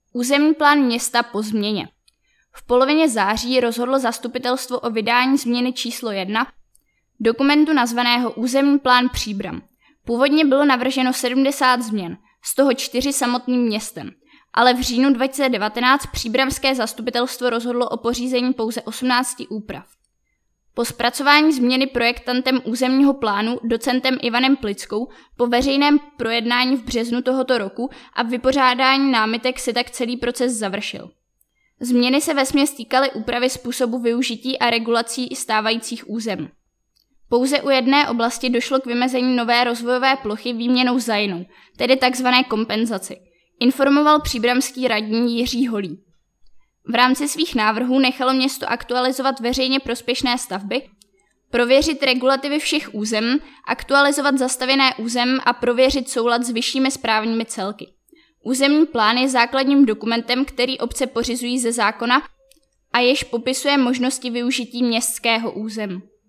Územní plán města po změně. V polovině září rozhodlo zastupitelstvo o vydání změny číslo 1 dokumentu nazvaného Územní plán Příbram. Původně bylo navrženo 70 změn, z toho 4 samotným městem, ale v říjnu 2019 příbramské zastupitelstvo rozhodlo o pořízení pouze 18 úprav. Po zpracování změny projektantem územního plánu docentem Ivanem Plickou po veřejném projednání v březnu tohoto roku a vypořádání námitek se tak celý proces završil. Změny se vesměs týkaly úpravy způsobu využití a regulací stávajících území. Pouze u jedné oblasti došlo k vymezení nové rozvojové plochy výměnou za jinou, tedy tzv. Kompenzaci, informoval příbramský radní Jiří Holý. V rámci svých návrhů nechalo město aktualizovat veřejně prospěšné stavby, prověřit regulativy všech území, aktualizovat zastavěné území a prověřit soulad s vyššími správními celky. Územní plán je základním dokumentem, který obce pořizují ze zákona a jež popisuje možnosti využití městského území.